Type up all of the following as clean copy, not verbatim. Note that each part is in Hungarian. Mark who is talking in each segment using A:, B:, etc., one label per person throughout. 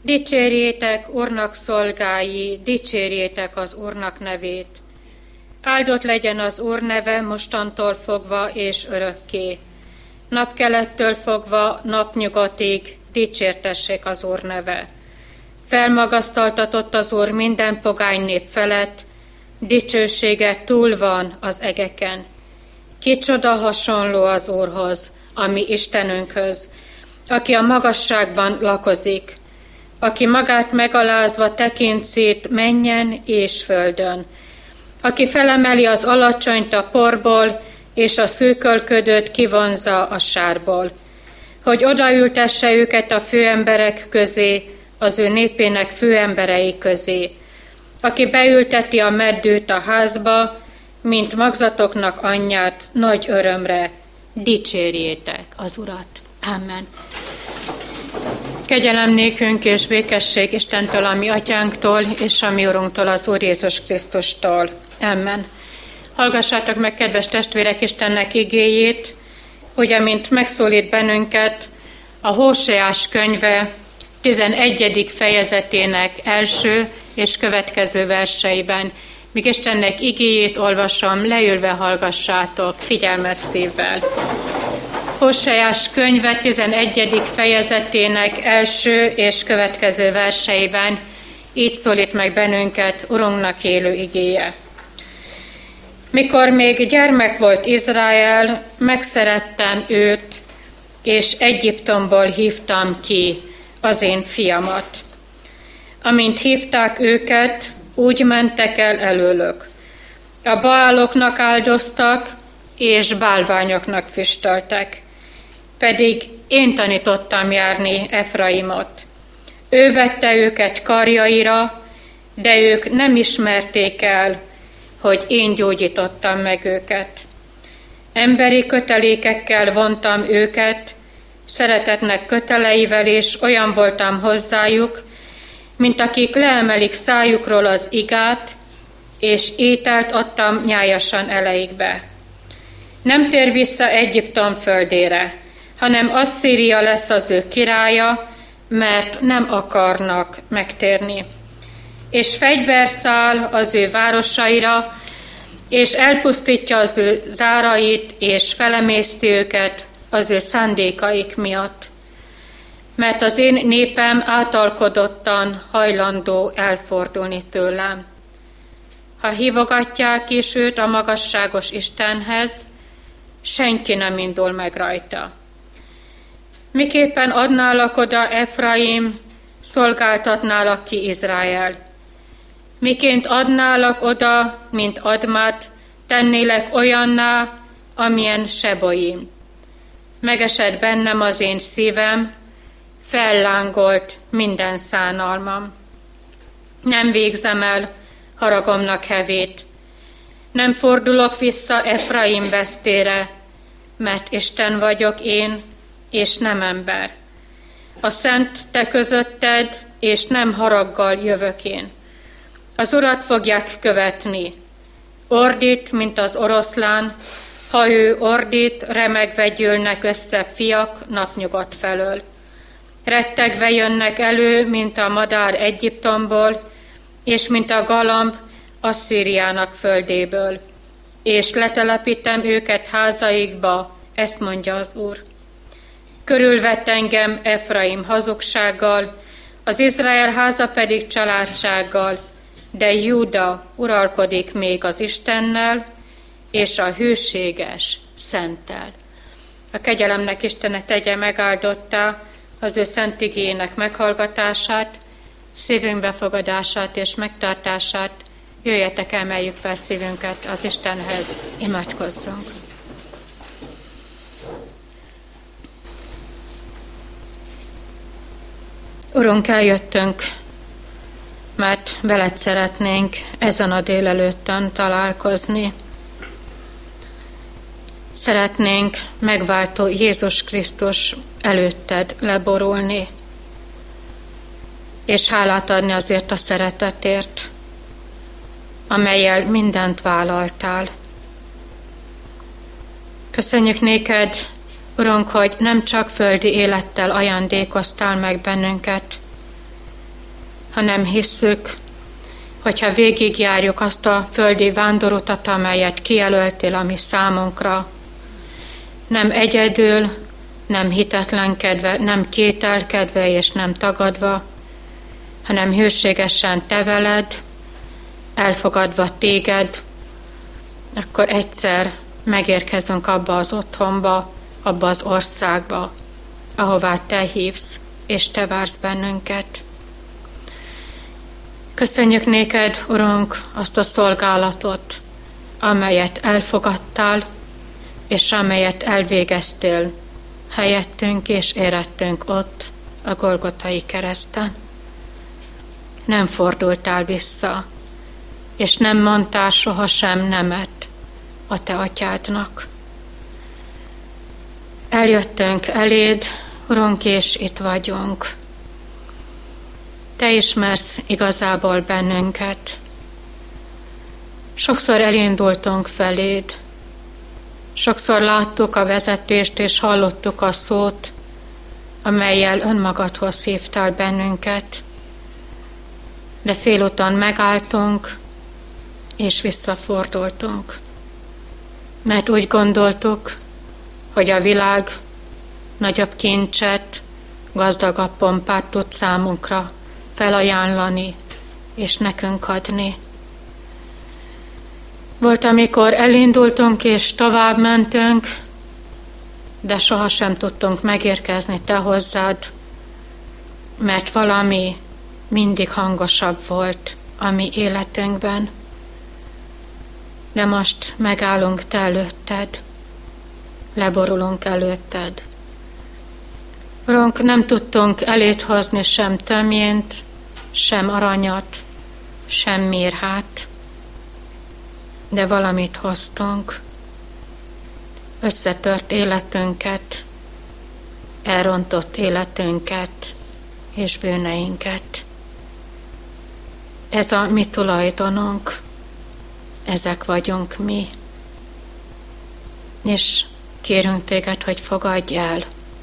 A: Dicsérjétek Úrnak szolgái, dicsérjétek az Úrnak nevét. Áldott legyen az Úr neve mostantól fogva és örökké. Napkelettől fogva napnyugatig dicsértessék az Úr neve. Felmagasztaltatott az Úr minden pogány nép felett, dicsősége túl van az egeken. Kicsoda hasonló az Úrhoz, a mi Istenünkhöz, aki a magasságban lakozik, aki magát megalázva tekint szét mennyen és földön, aki felemeli az alacsanyt a porból, és a szűkölködőt kivonza a sárból, hogy odaültesse őket a főemberek közé, az ő népének főemberei közé, aki beülteti a meddőt a házba, mint magzatoknak anyját nagy örömre. Dicsérjétek az Urat. Amen. Kegyelem nékünk és békesség Istentől, a mi atyánktól, és a mi Urunktól, az Úr Jézus Krisztustól. Amen. Hallgassátok meg, kedves testvérek, Istennek igéjét, ugye, mint megszólít bennünket a Hóseás könyve 11. fejezetének első és következő verseiben. Míg Istennek igéjét olvasom, leülve hallgassátok figyelmes szívvel. Hóseás könyve 11. fejezetének első és következő verseiben így szólít meg bennünket Urunknak élő igéje. Mikor még gyermek volt Izrael, megszerettem őt, és Egyiptomból hívtam ki az én fiamat. Amint hívták őket, úgy mentek el előlök. A baáloknak áldoztak, és bálványoknak füstöltek. Pedig én tanítottam járni Efraimot. Ő vette őket karjaira, de ők nem ismerték el, hogy én gyógyítottam meg őket. Emberi kötelékekkel vontam őket, szeretetnek köteleivel, és olyan voltam hozzájuk, mint akik leemelik szájukról az igát, és ételt adtam nyájasan eleikbe. Nem tér vissza Egyiptom földére, hanem Asszíria lesz az ő királya, mert nem akarnak megtérni. És fegyver száll az ő városaira, és elpusztítja az ő zárait, és felemészti őket az ő szándékaik miatt. Mert az én népem általkodottan hajlandó elfordulni tőlem. Ha hívogatják is őt a magasságos Istenhez, senki nem indul meg rajta. Miképpen adnálak oda Efraim, szolgáltatnálak ki Izrael. Miként adnálak oda, mint Admát, tennélek olyanná, amilyen Seboim. Megesett bennem az én szívem, fellángolt minden szánalmam. Nem végzem el haragomnak hevét, nem fordulok vissza Efraim vesztére, mert Isten vagyok én, és nem ember. A szent te közötted, és nem haraggal jövök én. Az Urat fogják követni. Ordít, mint az oroszlán, ha ő ordít, remegve gyűlnek össze fiak napnyugat felől. Rettegve jönnek elő, mint a madár Egyiptomból, és mint a galamb Asszíriának földéből. És letelepítem őket házaikba, ezt mondja az Úr. Körülvett engem Efraim hazugsággal, az Izrael háza pedig családsággal, de Júda uralkodik még az Istennel, és a hűséges Szenttel. A kegyelemnek Istene tegye megáldottá az ő szent igéjének meghallgatását, szívünk befogadását és megtartását. Jöjjetek, emeljük fel szívünket az Istenhez, imádkozzunk. Urunk, eljöttünk, mert veled szeretnénk ezen a délelőttön találkozni. Szeretnénk megváltó Jézus Krisztus előtted leborulni, és hálát adni azért a szeretetért, amellyel mindent vállaltál. Köszönjük néked, Urunk, hogy nem csak földi élettel ajándékoztál meg bennünket, ha nem hisszük, hogyha végigjárjuk azt a földi vándorutat, amelyet kijelöltél a mi számunkra, nem egyedül, nem hitetlenkedve, nem kételkedve és nem tagadva, hanem hűségesen te veled, elfogadva téged, akkor egyszer megérkezünk abba az otthonba, abba az országba, ahová te hívsz, és te vársz bennünket. Köszönjük néked, Urunk, azt a szolgálatot, amelyet elfogadtál, és amelyet elvégeztél helyettünk és érettünk ott a Golgotai kereszten. Nem fordultál vissza, és nem mondtál sohasem nemet a te atyádnak. Eljöttünk eléd, Urunk, és itt vagyunk. Te ismersz igazából bennünket. Sokszor elindultunk feléd. Sokszor láttuk a vezetést, és hallottuk a szót, amellyel önmagadhoz hívtál bennünket. De félúton megálltunk, és visszafordultunk. Mert úgy gondoltuk, hogy a világ nagyobb kincset, gazdagabb pompát tud számunkra felajánlani és nekünk adni. Volt, amikor elindultunk és tovább mentünk, de sohasem tudtunk megérkezni te hozzád, mert valami mindig hangosabb volt a mi életünkben. De most megállunk te előtted, leborulunk előtted. Urunk, nem tudtunk eléd hozni sem tömjént, sem aranyat, sem mirhát, de valamit hoztunk. Összetört életünket, elrontott életünket és bűneinket. Ez a mi tulajdonunk, ezek vagyunk mi. És kérünk téged, hogy fogadj el,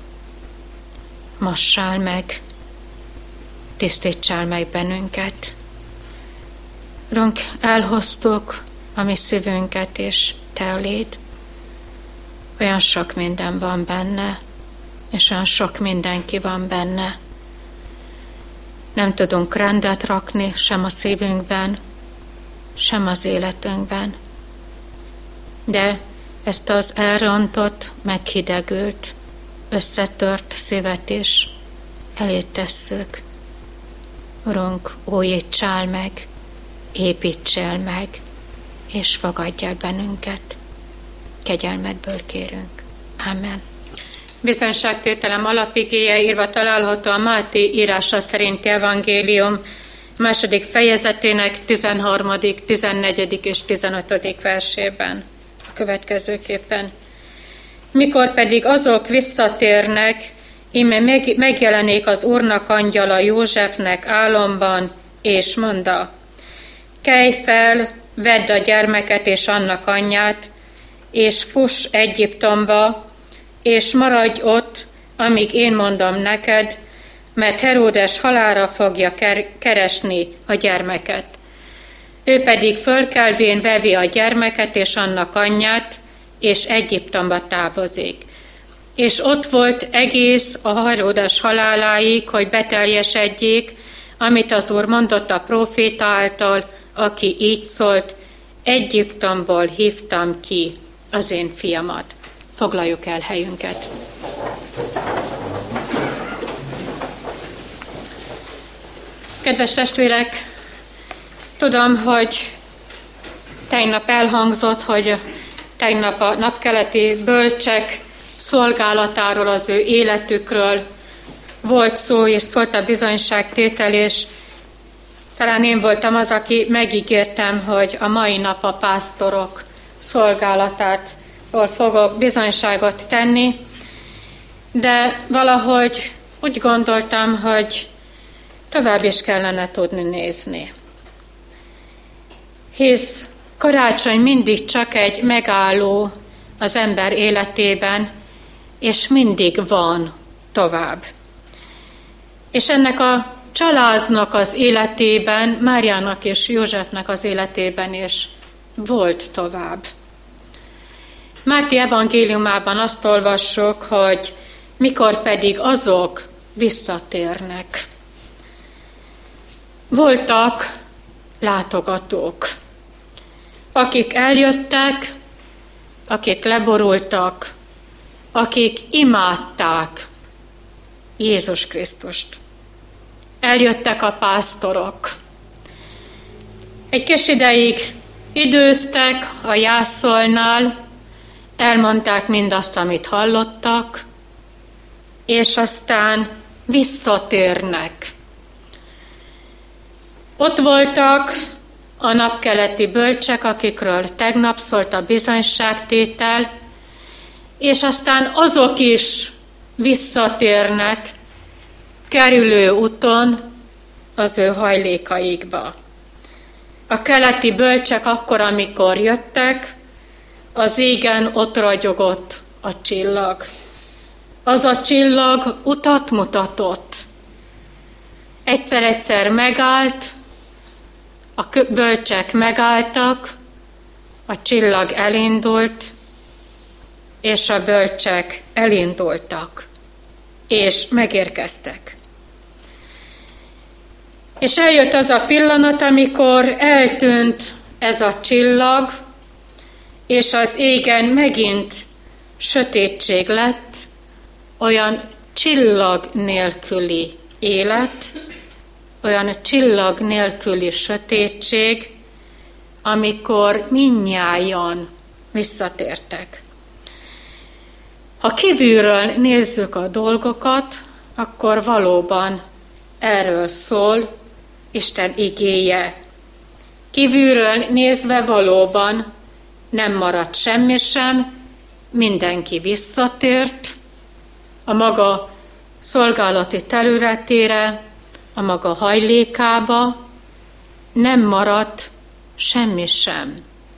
A: mossál meg, tisztítsál meg bennünket. Urunk, elhoztuk a mi szívünket és te eléd. Olyan sok minden van benne, és olyan sok mindenki van benne. Nem tudunk rendet rakni sem a szívünkben, sem az életünkben. De ezt az elrontott, meghidegült, összetört szívet is elét tesszük. Urunk, újítsál meg, építsél meg, és fogadj el bennünket. Kegyelmedből kérünk. Amen. Bizonyságtételem alapigéje írva található a Máté írása szerinti evangélium 2. fejezetének 13., 14. és 15. versében. A következőképpen. Mikor pedig azok visszatérnek, íme megjelenik az Úrnak angyala Józsefnek álomban, és mondta: kelj fel, vedd a gyermeket és annak anyját, és fuss Egyiptomba, és maradj ott, amíg én mondom neked, mert Heródes halálra fogja keresni a gyermeket. Ő pedig fölkelvén vevi a gyermeket és annak anyját, és Egyiptomba távozik. És ott volt egész a Heródes haláláig, hogy beteljesedjék, amit az Úr mondott a próféta által, aki így szólt: Egyiptomból hívtam ki az én fiamat. Foglaljuk el helyünket. Kedves testvérek, tudom, hogy tegnap elhangzott, hogy tegnap a napkeleti bölcsek szolgálatáról, az ő életükről volt szó, és szólt a bizonyságtétel, és talán én voltam az, aki megígértem, hogy a mai nap a pásztorok szolgálatáról fogok bizonyságot tenni, de valahogy úgy gondoltam, hogy tovább is kellene tudni nézni. Hisz karácsony mindig csak egy megálló az ember életében, és mindig van tovább. És ennek a családnak az életében, Máriának és Józsefnek az életében is volt tovább. Máté evangéliumában azt olvassuk, hogy mikor pedig azok visszatérnek. Voltak látogatók, akik eljöttek, akik leborultak, akik imádták Jézus Krisztust. Eljöttek a pásztorok. Egy kis ideig időztek a jászolnál, elmondták mindazt, amit hallottak, és aztán visszatérnek. Ott voltak a napkeleti bölcsek, akikről tegnap szólt a bizonyságtétel, és aztán azok is visszatérnek kerülő úton az ő hajlékaikba. A keleti bölcsek akkor, amikor jöttek, az égen ott ragyogott a csillag. Az a csillag utat mutatott. Egyszer-egyszer megállt, a bölcsek megálltak, a csillag elindult, és a bölcsek elindultak, és megérkeztek. És eljött az a pillanat, amikor eltűnt ez a csillag, és az égen megint sötétség lett, olyan csillag nélküli élet, olyan csillag nélküli sötétség, amikor mindnyájan visszatértek. Ha kívülről nézzük a dolgokat, akkor valóban erről szól Isten igéje. Kívülről nézve valóban nem maradt semmi sem, mindenki visszatért a maga szolgálati területére, a maga hajlékába, nem maradt semmi sem.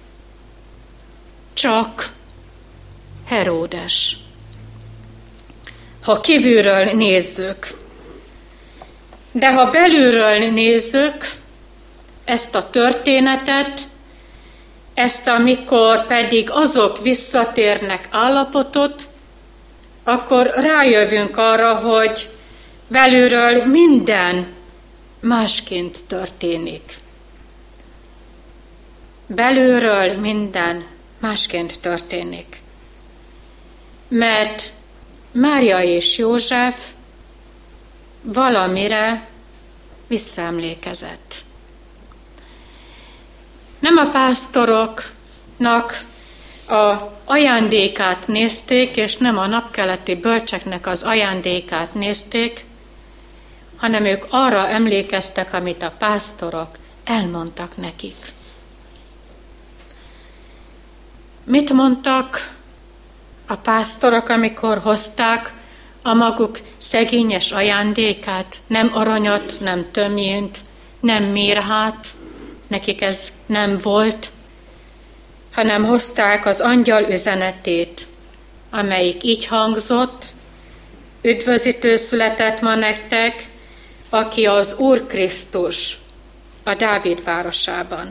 A: Csak Heródes. Ha kívülről nézzük, de ha belülről nézzük ezt a történetet, ezt, amikor pedig azok visszatérnek állapotot, akkor rájövünk arra, hogy belülről minden másként történik. Belülről minden másként történik. Mert Mária és József valamire visszaemlékezett. Nem a pásztoroknak a ajándékát nézték, és nem a napkeleti bölcseknek az ajándékát nézték, hanem ők arra emlékeztek, amit a pásztorok elmondtak nekik. Mit mondtak a pásztorok, amikor hozták a maguk szegényes ajándékát? Nem aranyat, nem tömjént, nem mirhát, nekik ez nem volt, hanem hozták az angyal üzenetét, amelyik így hangzott: üdvözítő született ma nektek, aki az Úr Krisztus a Dávid városában.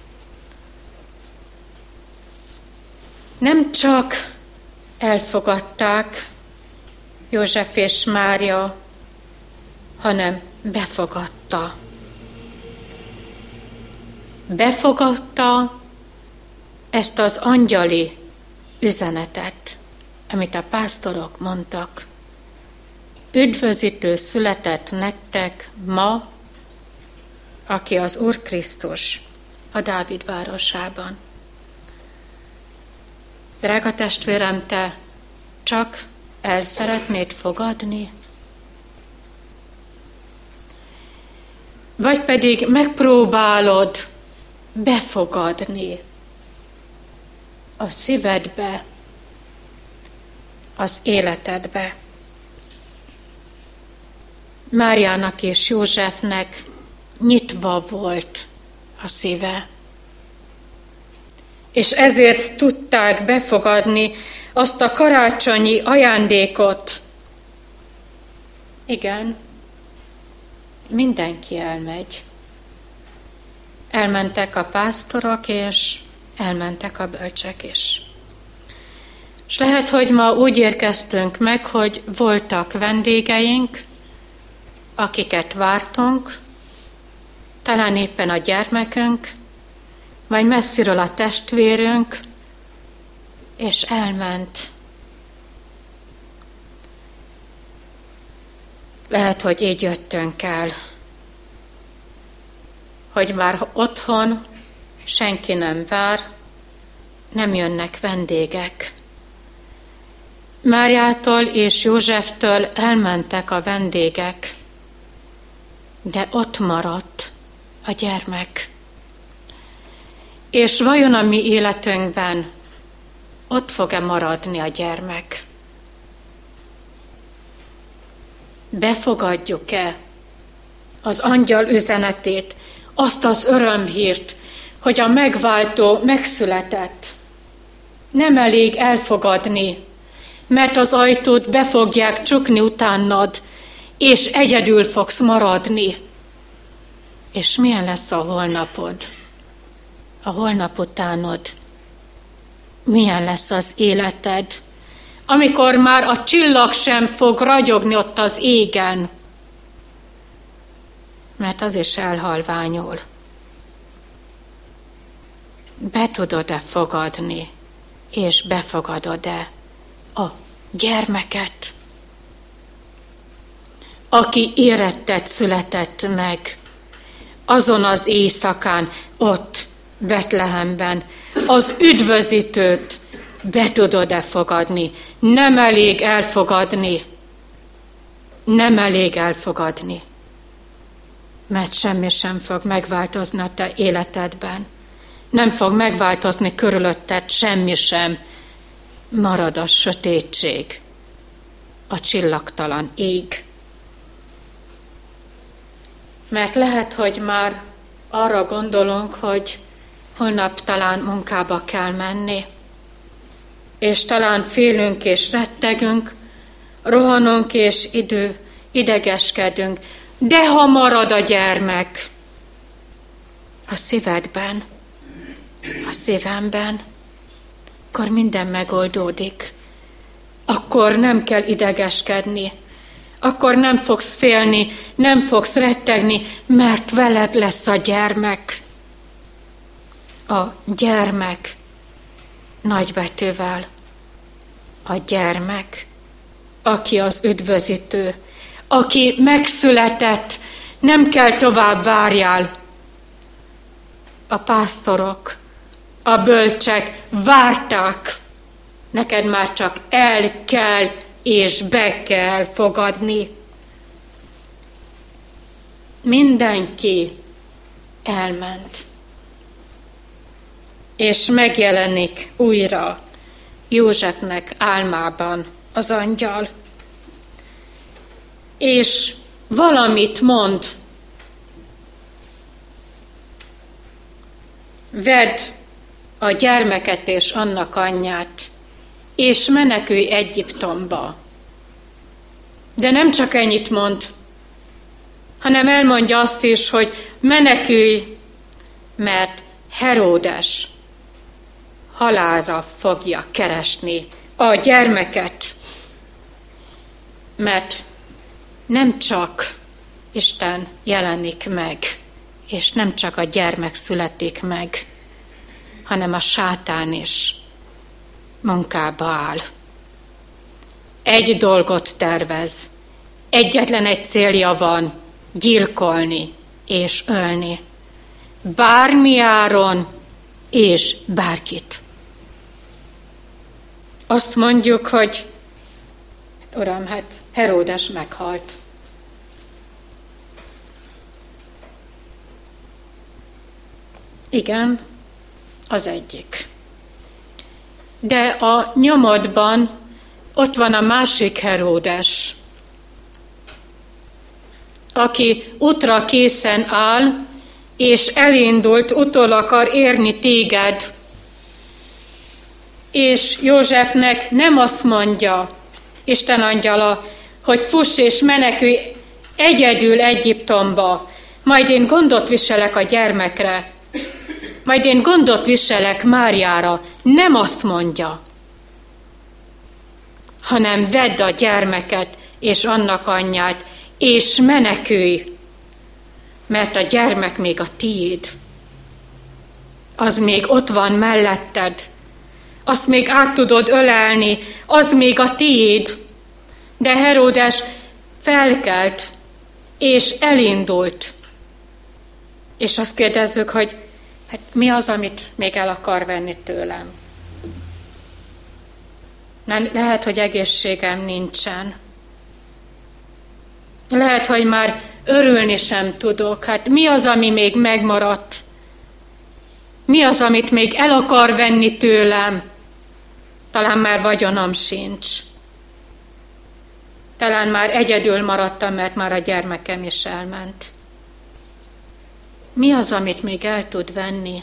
A: Nem csak elfogadták József és Mária, hanem befogadta. Befogadta ezt az angyali üzenetet, amit a pásztorok mondtak. Üdvözítő született nektek ma, aki az Úr Krisztus a Dávid városában. Drága testvérem, te csak el szeretnéd fogadni? Vagy pedig megpróbálod befogadni a szívedbe, az életedbe? Máriának és Józsefnek nyitva volt a szíve, és ezért tudták befogadni azt a karácsonyi ajándékot. Igen, mindenki elmegy. Elmentek a pásztorok, és elmentek a bölcsek is. És lehet, hogy ma úgy érkeztünk meg, hogy voltak vendégeink, akiket vártunk, talán éppen a gyermekünk, vagy messziről a testvérünk, és elment. Lehet, hogy így jöttünk el, hogy már otthon senki nem vár, nem jönnek vendégek. Máriától és Józseftől elmentek a vendégek, de ott maradt a gyermek. És vajon a mi életünkben ott fog-e maradni a gyermek? Befogadjuk-e az angyal üzenetét, azt az örömhírt, hogy a megváltó megszületett? Nem elég elfogadni, mert az ajtót be fogják csukni utánad, és egyedül fogsz maradni. És milyen lesz a holnapod? A holnap utánod? Milyen lesz az életed? Amikor már a csillag sem fog ragyogni ott az égen, mert az is elhalványul. Be tudod-e fogadni, és befogadod-e a gyermeket, aki érettet született meg azon az éjszakán, ott Betlehemben, az üdvözítőt be tudod-e fogadni? Nem elég elfogadni. Nem elég elfogadni. Mert semmi sem fog megváltozni a te életedben. Nem fog megváltozni körülötted semmi sem. Marad a sötétség, a csillagtalan ég. Mert lehet, hogy már arra gondolunk, hogy holnap talán munkába kell menni, és talán félünk és rettegünk, rohanunk és idegeskedünk. De ha marad a gyermek a szívedben, a szívemben, akkor minden megoldódik. Akkor nem kell idegeskedni, akkor nem fogsz félni, nem fogsz rettegni, mert veled lesz a gyermek. A gyermek nagybetűvel. A gyermek, aki az üdvözítő, aki megszületett, nem kell tovább várjál. A pásztorok, a bölcsek várták, neked már csak el kell és be kell fogadni. Mindenki elment. És megjelenik újra Józsefnek álmában az angyal. És valamit mond. Vedd a gyermeket és annak anyját, és menekülj Egyiptomba. De nem csak ennyit mond, hanem elmondja azt is, hogy menekülj, mert Heródes halálra fogja keresni a gyermeket. Mert nem csak Isten jelenik meg, és nem csak a gyermek születik meg, hanem a sátán is munkába áll. Egy dolgot tervez, egyetlen egy célja van, gyilkolni és ölni. Bármi áron és bárkit. Azt mondjuk, hogy Uram, Heródes meghalt. Igen, az egyik. De a nyomodban ott van a másik Heródes, aki útra készen áll, és elindult, utol akar érni téged. És Józsefnek nem azt mondja Isten angyala, hogy fuss és menekülj egyedül Egyiptomba, majd én gondot viselek a gyermekre, majd én gondot viselek Máriára, nem azt mondja, hanem vedd a gyermeket és annak anyját, és menekülj, mert a gyermek még a tiéd. Az még ott van melletted, azt még át tudod ölelni, az még a tiéd. De Heródes felkelt, és elindult. És azt kérdezzük, hogy hát mi az, amit még el akar venni tőlem? Lehet, hogy egészségem nincsen. Lehet, hogy már örülni sem tudok. Hát mi az, ami még megmaradt? Mi az, amit még el akar venni tőlem? Talán már vagyonom sincs. Talán már egyedül maradtam, mert már a gyermekem is elment. Mi az, amit még el tud venni?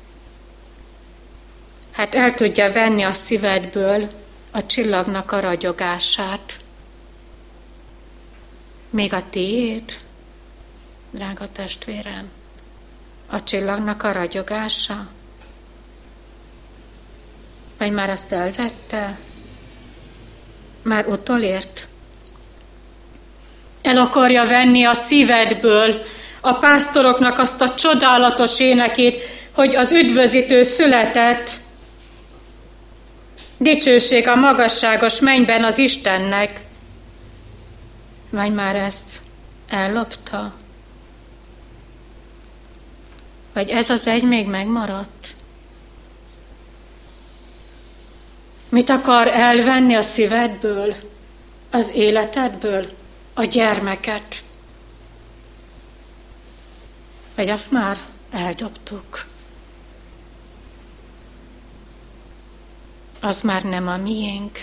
A: Hát el tudja venni a szívedből a csillagnak a ragyogását. Még a tiéd, drága testvérem, a csillagnak a ragyogása? Vagy már azt elvette? Már utolért? El akarja venni a szívedből a pásztoroknak azt a csodálatos énekét, hogy az üdvözítő született, dicsőség a magasságos mennyben az Istennek. Vagy már ezt ellopta? Vagy ez az egy még megmaradt? Mit akar elvenni a szívedből, az életedből? A gyermeket? Vagy azt már eldobtuk? Az már nem a miénk?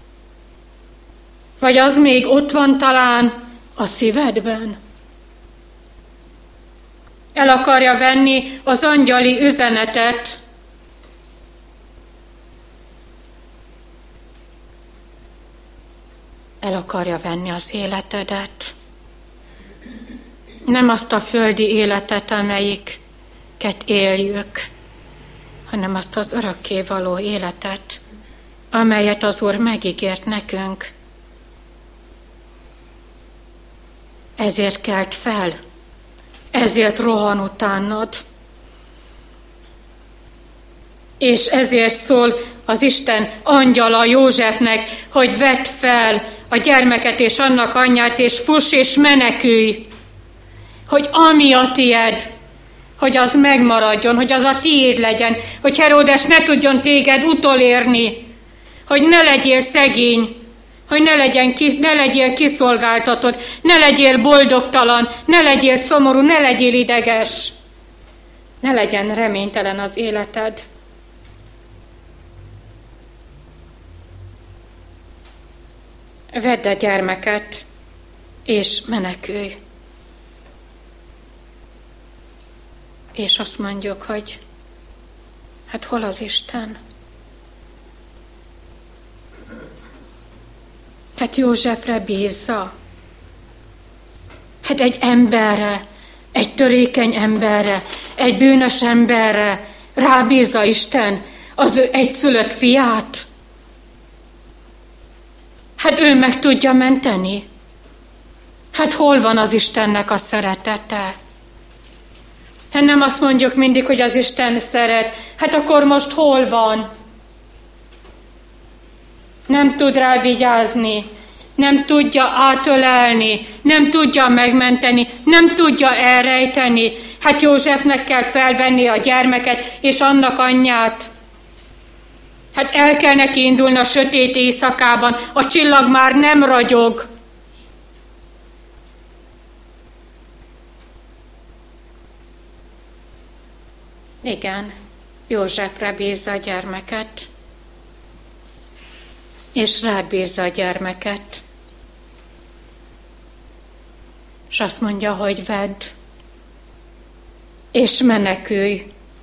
A: Vagy az még ott van talán a szívedben? El akarja venni az angyali üzenetet, el akarja venni az életedet. Nem azt a földi életet, amelyiket éljük, hanem azt az örökkévaló életet, amelyet az Úr megígért nekünk. Ezért kelt fel, ezért rohan utánad. És ezért szól az Isten angyala Józsefnek, hogy vedd fel a gyermeket és annak anyját, és fuss és menekülj, hogy ami a tied, hogy az megmaradjon, hogy az a tiéd legyen, hogy Heródes ne tudjon téged utolérni, hogy ne legyél szegény, hogy ne legyél kiszolgáltatott, ne legyél boldogtalan, ne legyél szomorú, ne legyél ideges, ne legyen reménytelen az életed. Vedd a gyermeket, és menekülj. És azt mondjuk, hogy hát hol az Isten? Hát Józsefre bízza. Hát egy emberre, egy törékeny emberre, egy bűnös emberre rábízza Isten az ő egyszülött fiát. Hát ő meg tudja menteni. Hát hol van az Istennek a szeretete? Hát nem azt mondjuk mindig, hogy az Isten szeret. Hát akkor most hol van? Nem tud rá vigyázni, nem tudja átölelni, nem tudja megmenteni, nem tudja elrejteni. Hát Józsefnek kell felvenni a gyermeket és annak anyját. Hát el kell neki indulni a sötét éjszakában, a csillag már nem ragyog. Igen, Józsefre bízza a gyermeket, és rád bízza a gyermeket. És azt mondja, hogy vedd, és menekülj,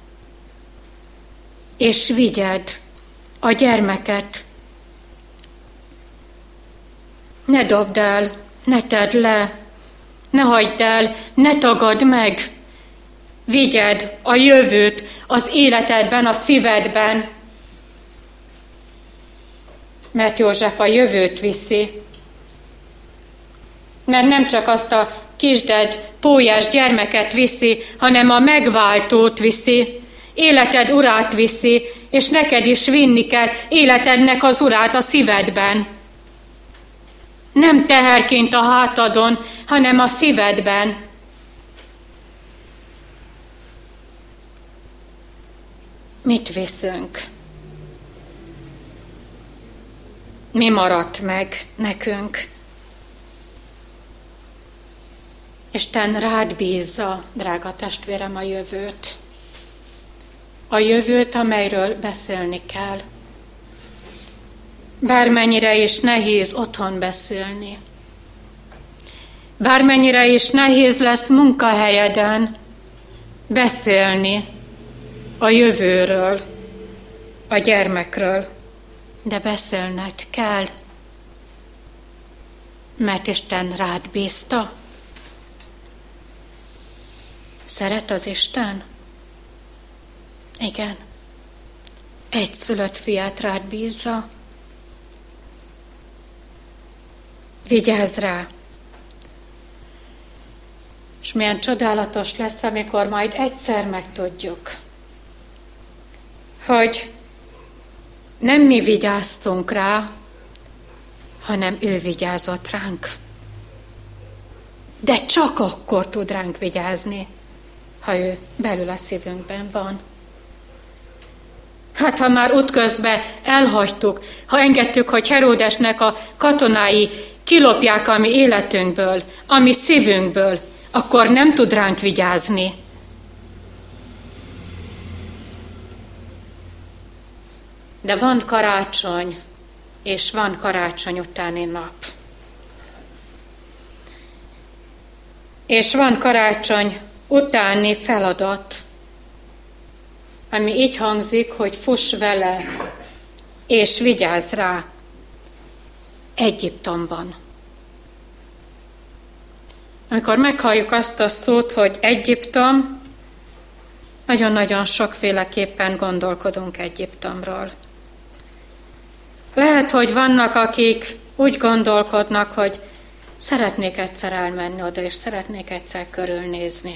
A: és vigyed a gyermeket. Ne dobd el, ne tedd le, ne hagyd el, ne tagadd meg. Vigyed a jövőt az életedben, a szívedben. Mert József a jövőt viszi. Mert nem csak azt a kisded, pólyás gyermeket viszi, hanem a megváltót viszi, életed urát viszi, és neked is vinni kell életednek az urát a szívedben. Nem teherként a hátadon, hanem a szívedben. Mit viszünk? Mi maradt meg nekünk? Isten rád bízza, drága testvérem, a jövőt. A jövőt, amelyről beszélni kell. Bármennyire is nehéz otthon beszélni. Bármennyire is nehéz lesz munkahelyeden beszélni a jövőről, a gyermekről. De beszélned kell, mert Isten rád bízta. Szeret az Isten? Igen. Egyszülött fiát rád bízza. Vigyázz rá! És milyen csodálatos lesz, amikor majd egyszer megtudjuk, hogy nem mi vigyáztunk rá, hanem ő vigyázott ránk. De csak akkor tud ránk vigyázni, ha ő belül a szívünkben van. Hát, ha már útközben elhagytuk, ha engedtük, hogy Heródesnek a katonái kilopják a mi életünkből, a mi szívünkből, akkor nem tud ránk vigyázni. De van karácsony, és van karácsony utáni nap. És van karácsony utáni feladat, ami így hangzik, hogy fuss vele, és vigyázz rá Egyiptomban. Amikor meghalljuk azt a szót, hogy Egyiptom, nagyon-nagyon sokféleképpen gondolkodunk Egyiptomról. Lehet, hogy vannak, akik úgy gondolkodnak, hogy szeretnék egyszer elmenni oda, és szeretnék egyszer körülnézni.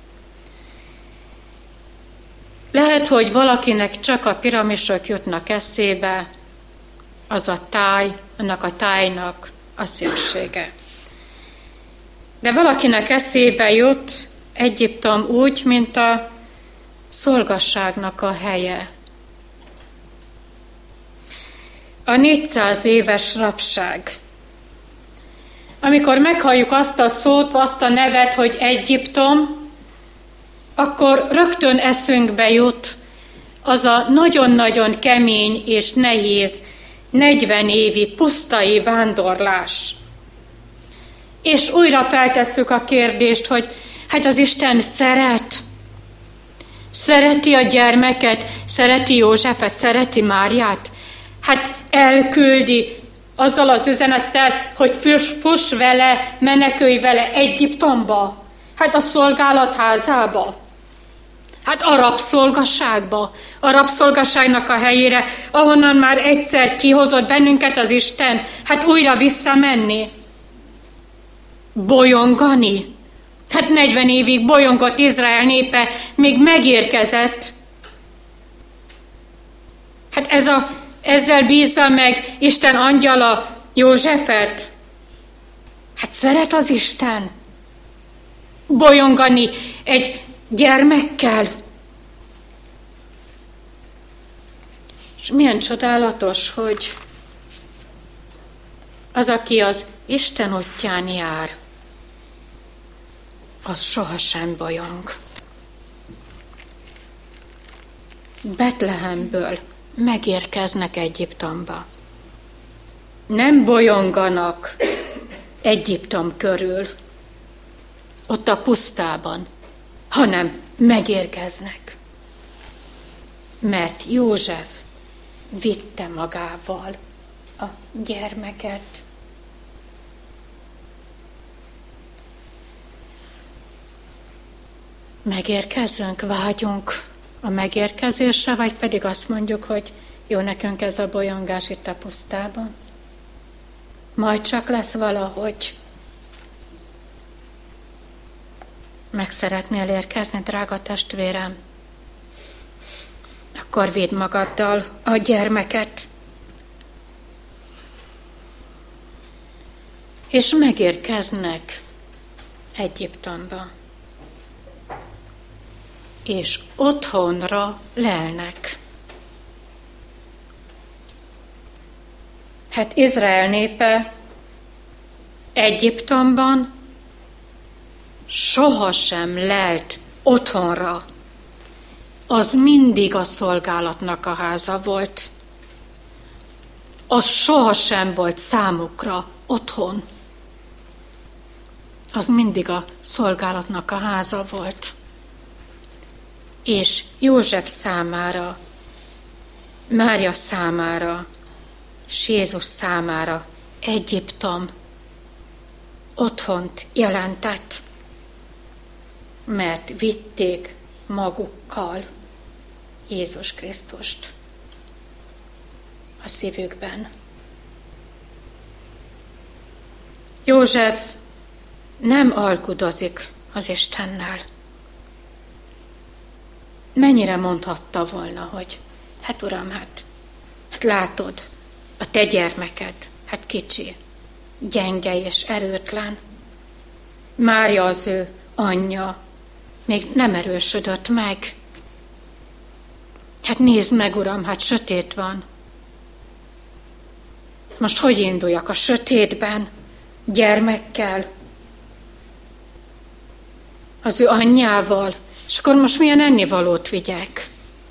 A: Lehet, hogy valakinek csak a piramisok jutnak eszébe, az a táj, annak a tájnak a szépsége. De valakinek eszébe jut Egyiptom úgy, mint a szolgasságnak a helye. A 400 éves rabság. Amikor meghalljuk azt a szót, azt a nevet, hogy Egyiptom, akkor rögtön eszünkbe jut az a nagyon-nagyon kemény és nehéz 40 évi pusztai vándorlás. És újra feltesszük a kérdést, hogy hát az Isten szereti a gyermeket, szereti Józsefet, szereti Máriát. Hát elküldi azzal az üzenettel, hogy fuss vele, menekülj vele Egyiptomba, hát a szolgálatházába, hát a rabszolgaságba, a rabszolgaságnak a helyére, ahonnan már egyszer kihozott bennünket az Isten, hát újra visszamenni, bolyongani. Hát 40 évig bolyongott Izrael népe, még megérkezett. Hát ezzel bízza meg Isten angyala Józsefet. Hát szeret az Isten bolyongani egy gyermekkel. És milyen csodálatos, hogy az, aki az Isten útján jár, az sohasem bolyong. Betlehemből megérkeznek Egyiptomba. Nem bolyonganak Egyiptom körül, ott a pusztában, hanem megérkeznek. Mert József vitte magával a gyermeket. megérkezzünk, vágyunk a megérkezésre, vagy pedig azt mondjuk, hogy jó nekünk ez a bolyongás itt a pusztában. Majd csak lesz valahogy. Meg szeretnél érkezni, drága testvérem? Akkor vidd magaddal a gyermeket. És megérkeznek Egyiptomba. És otthonra lelnek. Hát Izrael népe Egyiptomban sohasem lelt otthonra. Az mindig a szolgálatnak a háza volt. Az sohasem volt számukra otthon. Az mindig a szolgálatnak a háza volt. És József számára, Mária számára, és Jézus számára Egyiptom otthont jelentett, mert vitték magukkal Jézus Krisztust a szívükben. József nem alkudozik az Istennel. Mennyire mondhatta volna, hogy hát Uram, hát látod, a te gyermeked, hát kicsi, gyenge és erőtlen. Mária az ő anyja, még nem erősödött meg. Hát nézd meg, Uram, hát sötét van. Most hogy induljak a sötétben, gyermekkel, az ő anyjával, és akkor most milyen ennivalót vigyek?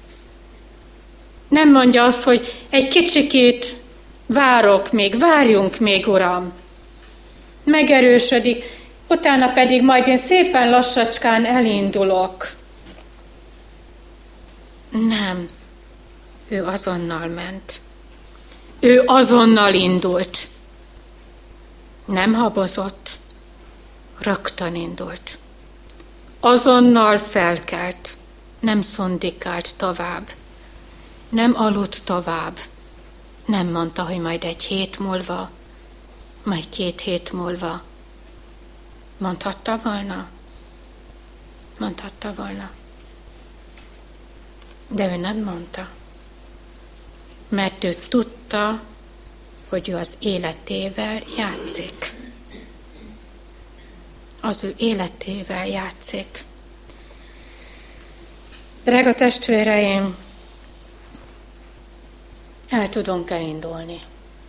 A: Nem mondja azt, hogy egy kicsikét várok még, várjunk még, Uram. Megerősödik, utána pedig majd én szépen lassacskán elindulok. Nem, ő azonnal ment. Ő azonnal indult. Nem habozott, rögtön indult. Azonnal felkelt, nem szondikált tovább, nem aludt tovább, nem mondta, hogy majd egy hét múlva, majd 2 hét múlva. Mondhatta volna? Mondhatta volna. De ő nem mondta, mert ő tudta, hogy ő az életével játszik. Az ő életével játszik. Drága testvéreim, el tudunk-e indulni?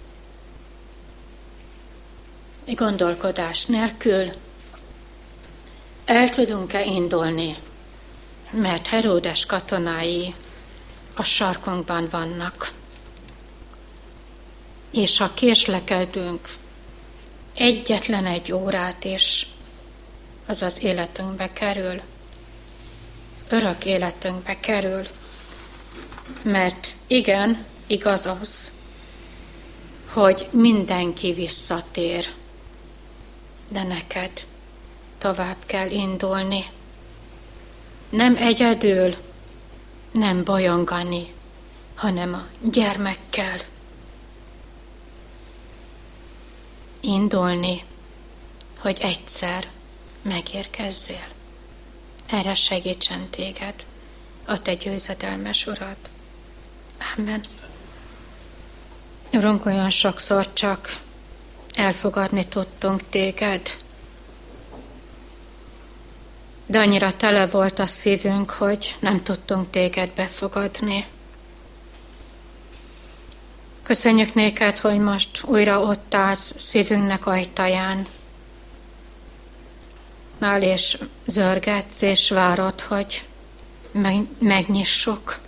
A: Egy gondolkodás nélkül el tudunk-e indulni, mert Heródes katonái a sarkunkban vannak. És ha késlekedünk egyetlen egy órát is, az az életünkbe kerül, az örök életünkbe kerül, mert igen, igaz az, hogy mindenki visszatér, de neked tovább kell indulni. Nem egyedül, nem bolyongani, hanem a gyermekkel. Indulni, hogy egyszer megérkezzél. Erre segítsen téged a te győzedelmes Urad. Amen. Urunk, olyan sokszor csak elfogadni tudtunk téged, de annyira tele volt a szívünk, hogy nem tudtunk téged befogadni. Köszönjük néked, hogy most újra ott állsz szívünknek ajtaján. Áll és zörgetsz és várod, hogy megnyissuk.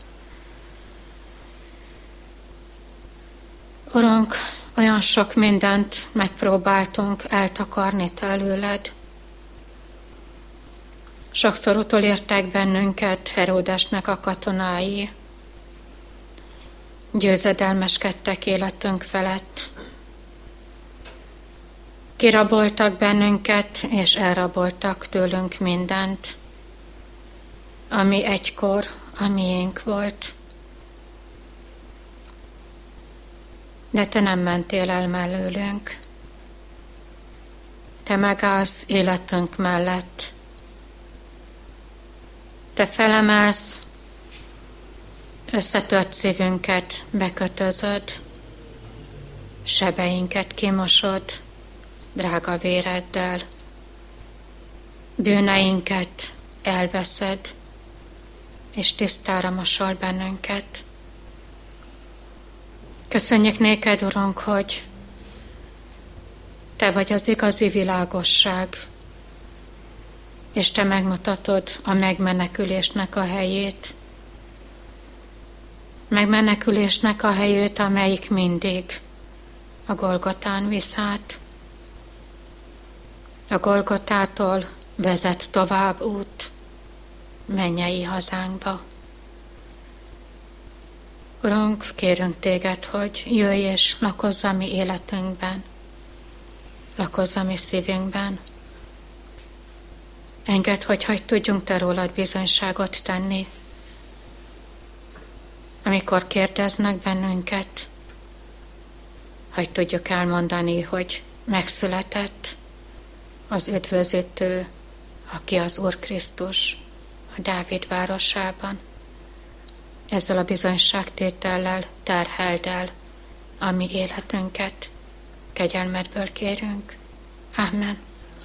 A: Urunk, olyan sok mindent megpróbáltunk eltakarni te előled. Sokszor utolértek bennünket Heródesnek a katonái. Győzedelmeskedtek életünk felett. Kiraboltak bennünket, és elraboltak tőlünk mindent. ami egykor a miénk volt. De te nem mentél el mellőlünk. Te megállsz életünk mellett. Te felemelsz, összetört szívünket bekötözöd, sebeinket kimosod drága véreddel, bűneinket elveszed, és tisztára mosol bennünket. Köszönjük néked, Urunk, hogy te vagy az igazi világosság, és te megmutatod a megmenekülésnek a helyét. Megmenekülésnek a helyét, amelyik mindig a Golgotán visz át. A Golgotától vezet tovább út mennyei hazánkba. Urunk, kérünk téged, hogy jöjj és lakozz a mi életünkben, lakozz a mi szívünkben. Engedd, hogy tudjunk te rólad bizonyságot tenni, amikor kérdeznek bennünket, hogy tudjuk elmondani, hogy megszületett az üdvözítő, aki az Úr Krisztus a Dávid városában. Ezzel a bizonyságtétellel terheld el a mi életünket. Kegyelmedből kérünk. Amen.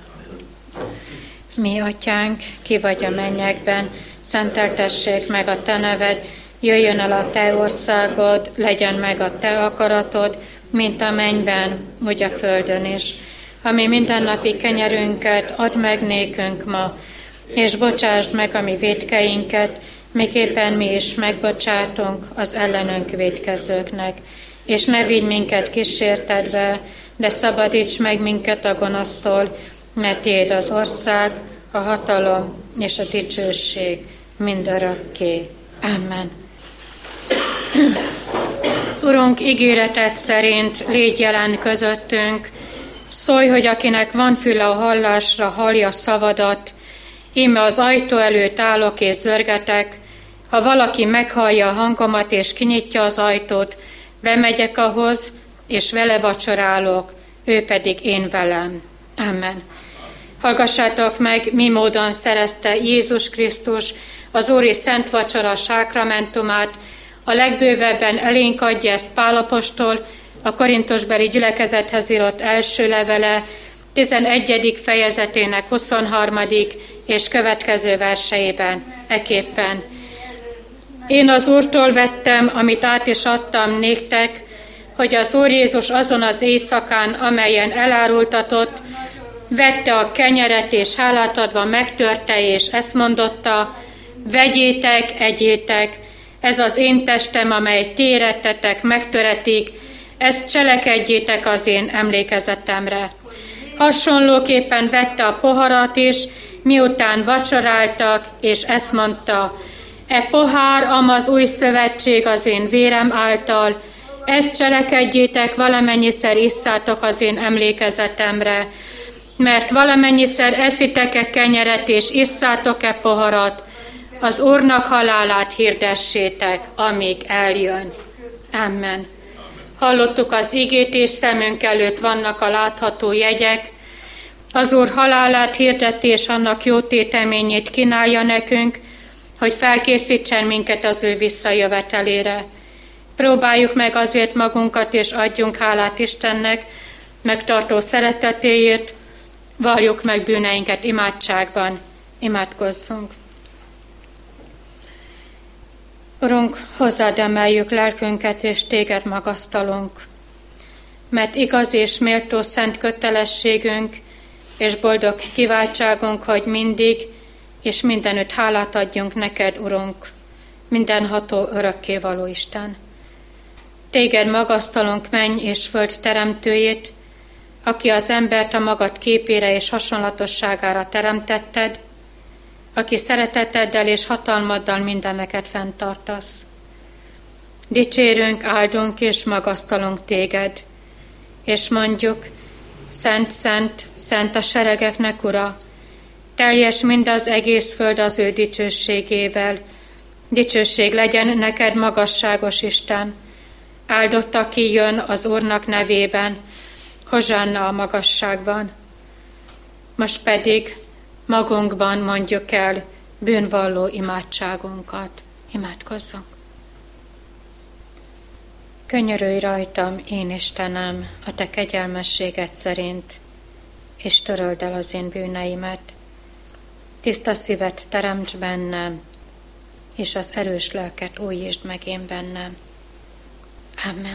A: Mi, Atyánk, ki vagy a mennyekben, szenteltessék meg a te neved, jöjjön el a te országod, legyen meg a te akaratod, mint a mennyben, úgy a földön is. Ami mindennapi kenyerünket add meg nékünk ma, és bocsásd meg a mi vétkeinket, miképpen mi is megbocsátunk az ellenünk vétkezőknek. És ne vigy minket kísértetbe, de szabadíts meg minket a gonosztól, mert tiéd az ország, a hatalom és a dicsőség mindörökké. Amen. Urunk, ígéreted szerint légy jelen közöttünk, szólj, hogy akinek van füle a hallásra, hallja szavadat. Íme az ajtó előtt állok és zörgetek, ha valaki meghallja a hangomat és kinyitja az ajtót, bemegyek ahhoz, és vele vacsorálok, ő pedig én velem. Amen. Hallgassátok meg, mi módon szerezte Jézus Krisztus az Úri Szent Vacsora sákramentumát, a legbővebben elénk adja ezt Pál apostol, a korintusbeli gyülekezethez írott első levele, 11. fejezetének 23. és következő verseiben, eképpen. Én az Úrtól vettem, amit át is adtam néktek, hogy az Úr Jézus azon az éjszakán, amelyen elárultatott, vette a kenyeret, és hálát adva megtörte, és ezt mondotta: vegyétek, egyétek, ez az én testem, amely ti érettetek, megtöretik, ezt cselekedjétek az én emlékezetemre. Hasonlóképpen vette a poharat is, miután vacsoráltak, és ezt mondta: e pohár, az új szövetség az én vérem által, ezt cselekedjétek, valamennyiszer isszátok az én emlékezetemre. Mert valamennyiszer eszitek-e kenyeret, és isszátok-e poharat, az Úrnak halálát hirdessétek, amíg eljön. Amen. Hallottuk az igét, és szemünk előtt vannak a látható jegyek. Az Úr halálát hirdeti, és annak jó téteményét kínálja nekünk, hogy felkészítsen minket az ő visszajövetelére. Próbáljuk meg azért magunkat, és adjunk hálát Istennek megtartó szeretetéért, valljuk meg bűneinket imádságban, imádkozzunk. Urunk, hozzád emeljük lelkünket, és téged magasztalunk, mert igaz és méltó szent kötelességünk, és boldog kiváltságunk, hogy mindig és mindenütt hálát adjunk neked, Urunk, mindenható örökkévaló Isten. Téged magasztalunk, menny és föld teremtőjét, aki az embert a magad képére és hasonlatosságára teremtetted, aki szereteteddel és hatalmaddal mindeneket fenntartasz. Dicsérünk, áldunk és magasztalunk téged, és mondjuk: szent, szent, szent a seregeknek Ura, teljes mind az egész föld az ő dicsőségével. Dicsőség legyen neked, magasságos Isten. Áldott, aki jön az Úrnak nevében, hozsanna a magasságban. Most pedig magunkban mondjuk el bűnvalló imádságunkat. Imádkozzunk. Könyörülj rajtam, én Istenem, a te kegyelmességed szerint, és töröld el az én bűneimet. Tiszta szívet teremts bennem, és az erős lelket újítsd meg én bennem. Amen.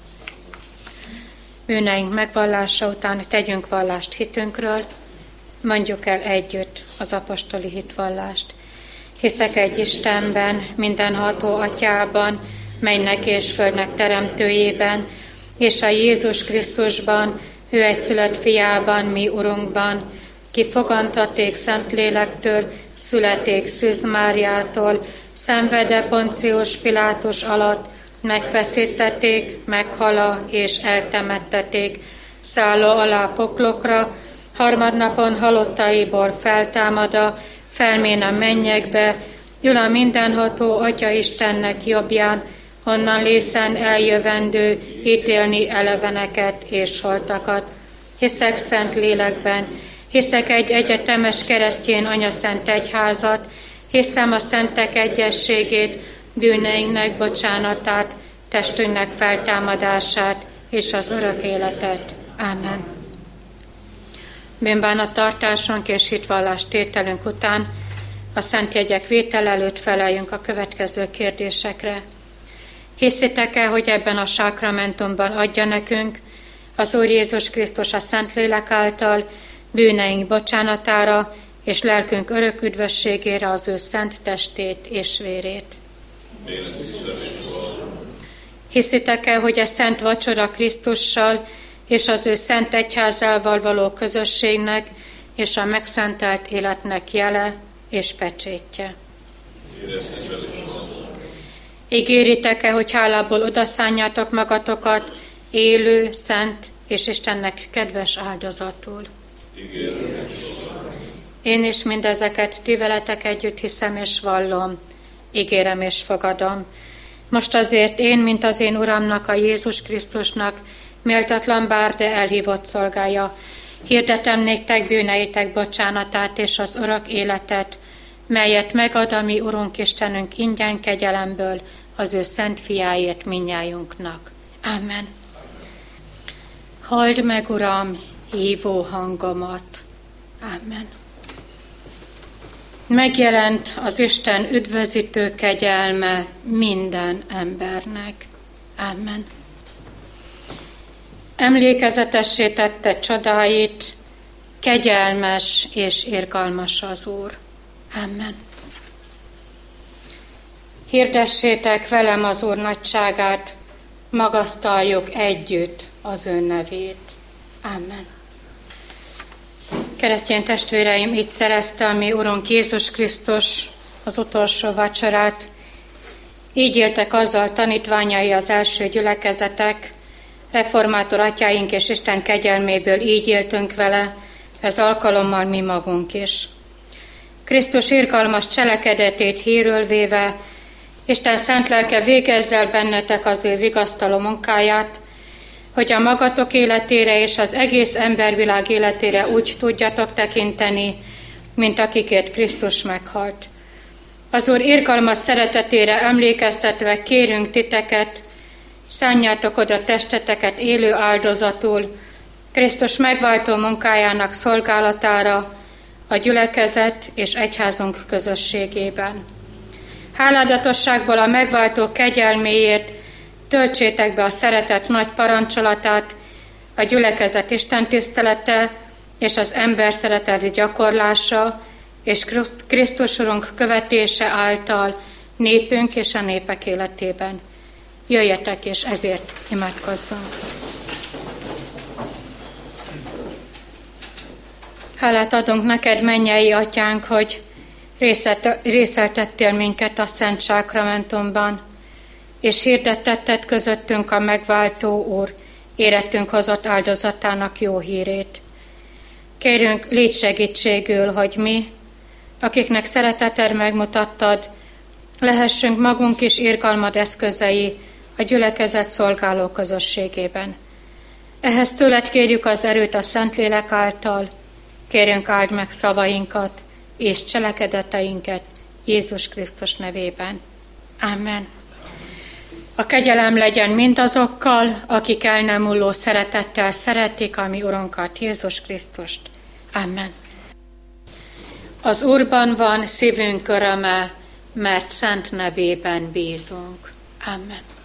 A: Bűneink megvallása után tegyünk vallást hitünkről, mondjuk el együtt az apostoli hitvallást. Hiszek egy Istenben, mindenható Atyában, mennek és földnek teremtőjében, és a Jézus Krisztusban, ő egyszülött fiában, mi Urunkban, ki fogantaték Szentlélektől, születék Szűz Máriától, szenvede Poncius Pilátus alatt, megfeszítették, meghala és eltemetteték, szálló alá poklokra, harmadnapon halottaiból feltámada, felmén a mennyekbe, ül a mindenható Atya Istennek jobbján, onnan lészen eljövendő, ítélni eleveneket és holtakat. Hiszek szent lélekben, hiszek egy egyetemes keresztjén anyaszent egyházat, hiszem a szentek egyességét, bűneinknek bocsánatát, testünknek feltámadását és az örök életet. Ámen. Bűnbánattartásunk és hitvallás tételünk után a szent jegyek vétel előtt feleljünk a következő kérdésekre. Hiszitek-e, hogy ebben a sákramentumban adja nekünk az Úr Jézus Krisztus a Szentlélek által bűneink bocsánatára és lelkünk örök üdvösségére az ő szent testét és vérét? Hiszitek-e, hogy a szent vacsora Krisztussal és az ő szent egyházával való közösségnek és a megszentelt életnek jele és pecsétje? Ígéritek-e, hogy hálából odaszánjátok magatokat élő, szent és Istennek kedves áldozatul?
B: Ígérem.
A: Én is mindezeket ti veletek együtt hiszem és vallom, ígérem és fogadom. Most azért én, mint az én Uramnak, a Jézus Krisztusnak, méltatlan bár, de elhívott szolgája, hirdetem néktek bűneitek bocsánatát és az örök életet, melyet megad a mi Urunk Istenünk ingyen kegyelemből az ő szent fiáért mindnyájunknak. Amen. Halld meg, Uram, hívó hangomat. Amen. Megjelent az Isten üdvözítő kegyelme minden embernek. Amen. Emlékezetessé tette csodáit, kegyelmes és irgalmas az Úr. Amen. Hirdessétek velem az Úr nagyságát, magasztaljuk együtt az ő nevét. Amen. Keresztény testvéreim, így szerezte a mi Urunk Jézus Krisztus az utolsó vacsorát. Így éltek azzal tanítványai az első gyülekezetek, reformátor atyáink és Isten kegyelméből így éltünk vele, ez alkalommal mi magunk is. Krisztus irgalmas cselekedetét hírül véve, Isten szent lelke végezzel bennetek az ő vigasztaló munkáját, hogy a magatok életére és az egész embervilág életére úgy tudjatok tekinteni, mint akikért Krisztus meghalt. Az Úr irgalmas szeretetére emlékeztetve kérünk titeket, szánjátok oda testeteket élő áldozatul, Krisztus megváltó munkájának szolgálatára, a gyülekezet és egyházunk közösségében. Háládatosságból a megváltó kegyelméért töltsétek be a szeretet nagy parancsolatát, a gyülekezet istentisztelete és az ember szeretet gyakorlása és Krisztus Urunk követése által népünk és a népek életében. Jöjjetek és ezért imádkozzunk. Hálát adunk neked, mennyei atyánk, hogy részeltettél minket a Szent Sákramentumban, és hirdettetted közöttünk a megváltó Úr, érettünk hozott áldozatának jó hírét. Kérünk, légy segítségül, hogy mi, akiknek szereteted megmutattad, lehessünk magunk is irgalmad eszközei a gyülekezet szolgáló közösségében. Ehhez tőled kérjük az erőt a Szentlélek által, kérünk, áld meg szavainkat és cselekedeteinket Jézus Krisztus nevében. Amen. A kegyelem legyen mindazokkal, akik el nem múló szeretettel szeretik a mi Urunkat, Jézus Krisztust. Amen. Az Úrban van szívünk öröme, mert szent nevében bízunk. Amen.